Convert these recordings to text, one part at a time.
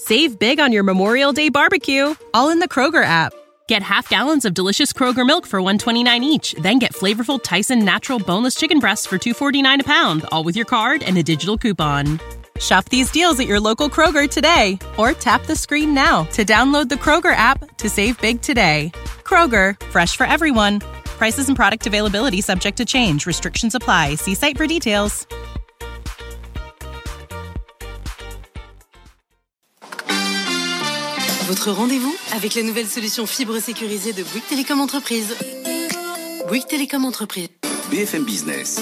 Save big on your Memorial Day barbecue, all in the Kroger app. Get half gallons of delicious Kroger milk for $1.29 each. Then get flavorful Tyson natural boneless chicken breasts for $2.49 a pound, all with your card and a digital coupon. Shop these deals at your local Kroger today, or tap the screen now to download the Kroger app to save big today. Kroger, fresh for everyone. Prices and product availability subject to change. Restrictions apply. See site for details. Votre rendez-vous avec la nouvelle solution fibre sécurisée de Bouygues Télécom Entreprise. Bouygues Télécom Entreprise. BFM Business.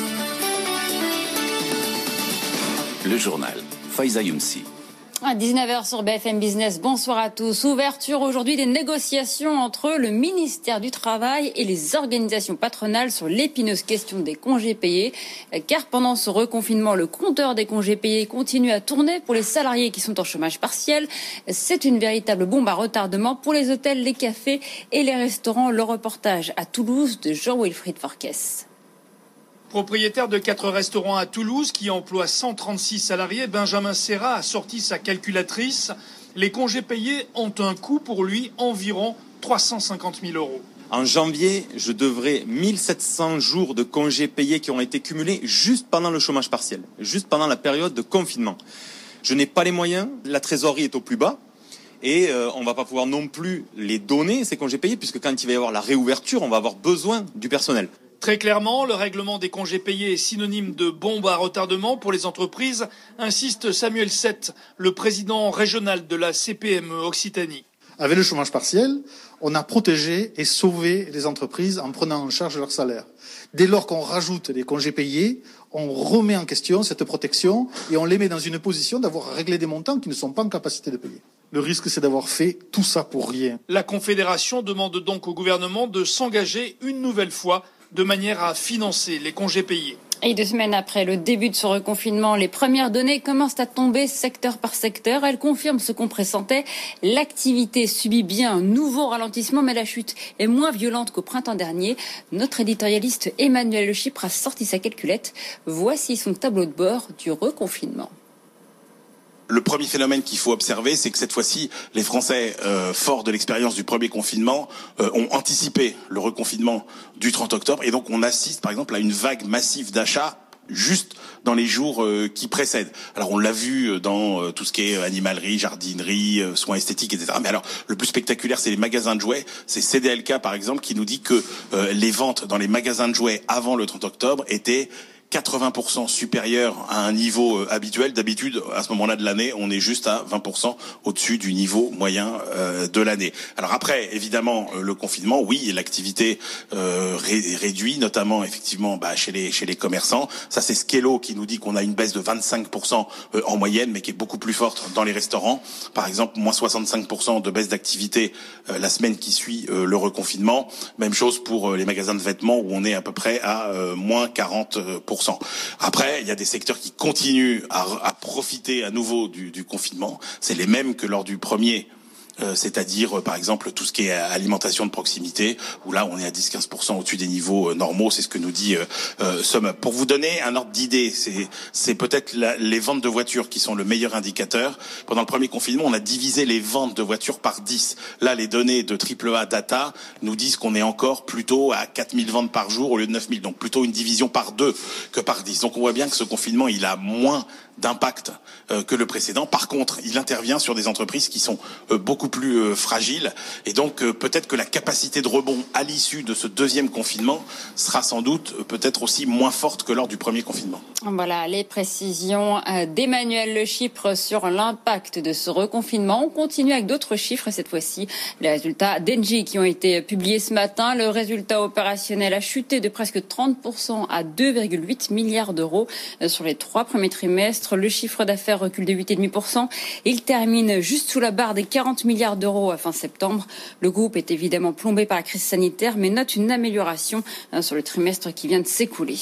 Le journal. Faiza Younsi. À 19h sur BFM Business, bonsoir à tous. Ouverture aujourd'hui des négociations entre le ministère du Travail et les organisations patronales sur l'épineuse question des congés payés. Car pendant ce reconfinement, le compteur des congés payés continue à tourner pour les salariés qui sont en chômage partiel. C'est une véritable bombe à retardement pour les hôtels, les cafés et les restaurants. Le reportage à Toulouse de Jean-Wilfried Forquès. Propriétaire de 4 restaurants à Toulouse qui emploie 136 salariés, Benjamin Serra a sorti sa calculatrice. Les congés payés ont un coût pour lui environ 350 000 euros. En janvier, je devrais 1700 jours de congés payés qui ont été cumulés juste pendant le chômage partiel, juste pendant la période de confinement. Je n'ai pas les moyens, la trésorerie est au plus bas. Et on ne va pas pouvoir non plus les donner, ces congés payés, puisque quand il va y avoir la réouverture, on va avoir besoin du personnel. Très clairement, le règlement des congés payés est synonyme de bombe à retardement pour les entreprises, insiste Samuel Sett, le président régional de la CPME Occitanie. Avec le chômage partiel, on a protégé et sauvé les entreprises en prenant en charge leur salaire. Dès lors qu'on rajoute des congés payés, on remet en question cette protection et on les met dans une position d'avoir réglé des montants qui ne sont pas en capacité de payer. Le risque, c'est d'avoir fait tout ça pour rien. La Confédération demande donc au gouvernement de s'engager une nouvelle fois de manière à financer les congés payés. Et 2 semaines après le début de ce reconfinement, les premières données commencent à tomber secteur par secteur. Elles confirment ce qu'on pressentait. L'activité subit bien un nouveau ralentissement, mais la chute est moins violente qu'au printemps dernier. Notre éditorialiste Emmanuel Le Chypre a sorti sa calculette. Voici son tableau de bord du reconfinement. Le premier phénomène qu'il faut observer, c'est que cette fois-ci, les Français, forts de l'expérience du premier confinement, ont anticipé le reconfinement du 30 octobre. Et donc, on assiste, par exemple, à une vague massive d'achats juste dans les jours qui précèdent. Alors, on l'a vu dans tout ce qui est animalerie, jardinerie, soins esthétiques, etc. Mais alors, le plus spectaculaire, c'est les magasins de jouets. C'est CDLK, par exemple, qui nous dit que les ventes dans les magasins de jouets avant le 30 octobre étaient 80% supérieur à un niveau habituel. D'habitude, à ce moment-là de l'année, on est juste à 20% au-dessus du niveau moyen de l'année. Alors après, évidemment, le confinement, oui, l'activité réduit, notamment effectivement chez les commerçants. Ça, c'est Skello qui nous dit qu'on a une baisse de 25% en moyenne, mais qui est beaucoup plus forte dans les restaurants. Par exemple, moins 65% de baisse d'activité la semaine qui suit le reconfinement. Même chose pour les magasins de vêtements où on est à peu près à moins 40%. Après, il y a des secteurs qui continuent à profiter à nouveau du confinement. C'est les mêmes que lors du premier. C'est-à-dire, par exemple, tout ce qui est alimentation de proximité, où là, on est à 10-15% au-dessus des niveaux normaux. C'est ce que nous dit SumUp. Pour vous donner un ordre d'idée, c'est peut-être les ventes de voitures qui sont le meilleur indicateur. Pendant le premier confinement, on a divisé les ventes de voitures par 10. Là, les données de AAA Data nous disent qu'on est encore plutôt à 4000 ventes par jour au lieu de 9000. Donc, plutôt une division par 2 que par 10. Donc, on voit bien que ce confinement, il a moins d'impact que le précédent. Par contre, il intervient sur des entreprises qui sont beaucoup plus fragiles. Et donc, peut-être que la capacité de rebond à l'issue de ce deuxième confinement sera sans doute peut-être aussi moins forte que lors du premier confinement. Voilà les précisions d'Emmanuel Le Chypre sur l'impact de ce reconfinement. On continue avec d'autres chiffres cette fois-ci. Les résultats d'Engie qui ont été publiés ce matin. Le résultat opérationnel a chuté de presque 30% à 2,8 milliards d'euros sur les 3 premiers trimestres. Le chiffre d'affaires recule de 8,5%. Il termine juste sous la barre des 40 milliards d'euros à fin septembre. Le groupe est évidemment plombé par la crise sanitaire, mais note une amélioration sur le trimestre qui vient de s'écouler.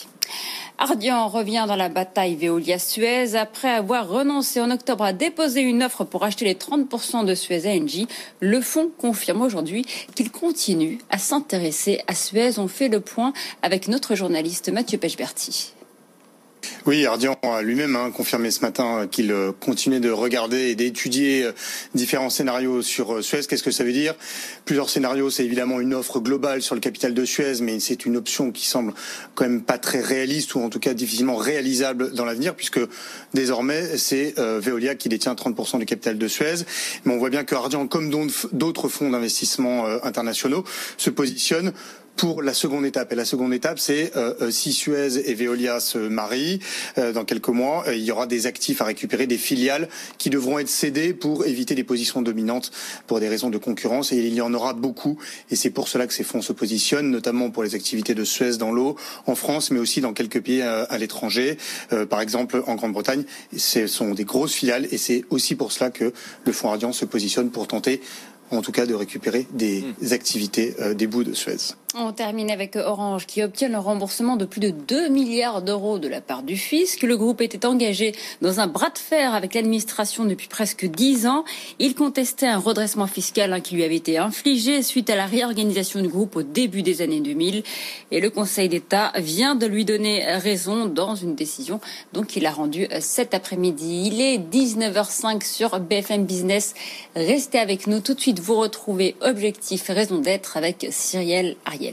Ardian revient dans la bataille Veolia-Suez. Après avoir renoncé en octobre à déposer une offre pour acheter les 30% de Suez à Engie, le fonds confirme aujourd'hui qu'il continue à s'intéresser à Suez. On fait le point avec notre journaliste Mathieu Pechberti. Oui, Ardian a lui-même confirmé ce matin qu'il continuait de regarder et d'étudier différents scénarios sur Suez. Qu'est-ce que ça veut dire ? Plusieurs scénarios, c'est évidemment une offre globale sur le capital de Suez, mais c'est une option qui semble quand même pas très réaliste ou en tout cas difficilement réalisable dans l'avenir, puisque désormais c'est Veolia qui détient 30% du capital de Suez. Mais on voit bien que Ardian, comme d'autres fonds d'investissement internationaux, se positionne pour la seconde étape. Et la seconde étape, c'est si Suez et Veolia se marient dans quelques mois, il y aura des actifs à récupérer, des filiales qui devront être cédées pour éviter des positions dominantes pour des raisons de concurrence. Et il y en aura beaucoup. Et c'est pour cela que ces fonds se positionnent, notamment pour les activités de Suez dans l'eau, en France, mais aussi dans quelques pays à l'étranger. Par exemple, en Grande-Bretagne, ce sont des grosses filiales. Et c'est aussi pour cela que le fonds Ardian se positionne pour tenter en tout cas de récupérer des activités des bouts de Suez. On termine avec Orange qui obtient le remboursement de plus de 2 milliards d'euros de la part du fisc. Le groupe était engagé dans un bras de fer avec l'administration depuis presque 10 ans. Il contestait un redressement fiscal qui lui avait été infligé suite à la réorganisation du groupe au début des années 2000. Et le Conseil d'État vient de lui donner raison dans une décision donc il a rendue cet après-midi. Il est 19h05 sur BFM Business. Restez avec nous tout de suite. Vous retrouvez Objectif Raison d'être avec Cyrielle Ariel.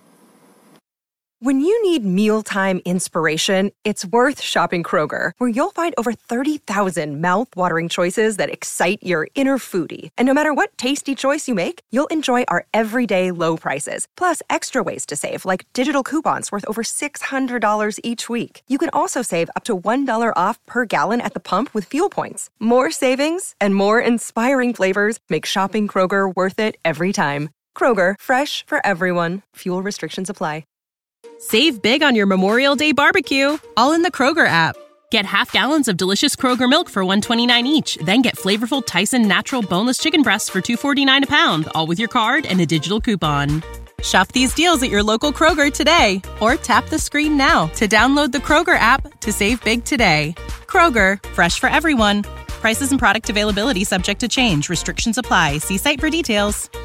When you need mealtime inspiration, it's worth shopping Kroger, where you'll find over 30,000 mouth-watering choices that excite your inner foodie. And no matter what tasty choice you make, you'll enjoy our everyday low prices, plus extra ways to save, like digital coupons worth over $600 each week. You can also save up to $1 off per gallon at the pump with fuel points. More savings and more inspiring flavors make shopping Kroger worth it every time. Kroger, fresh for everyone. Fuel restrictions apply. Save big on your Memorial Day barbecue, all in the Kroger app. Get half gallons of delicious Kroger milk for $1.29 each. Then get flavorful Tyson natural boneless chicken breasts for $2.49 a pound, all with your card and a digital coupon. Shop these deals at your local Kroger today, or tap the screen now to download the Kroger app to save big today. Kroger, fresh for everyone. Prices and product availability subject to change. Restrictions apply. See site for details.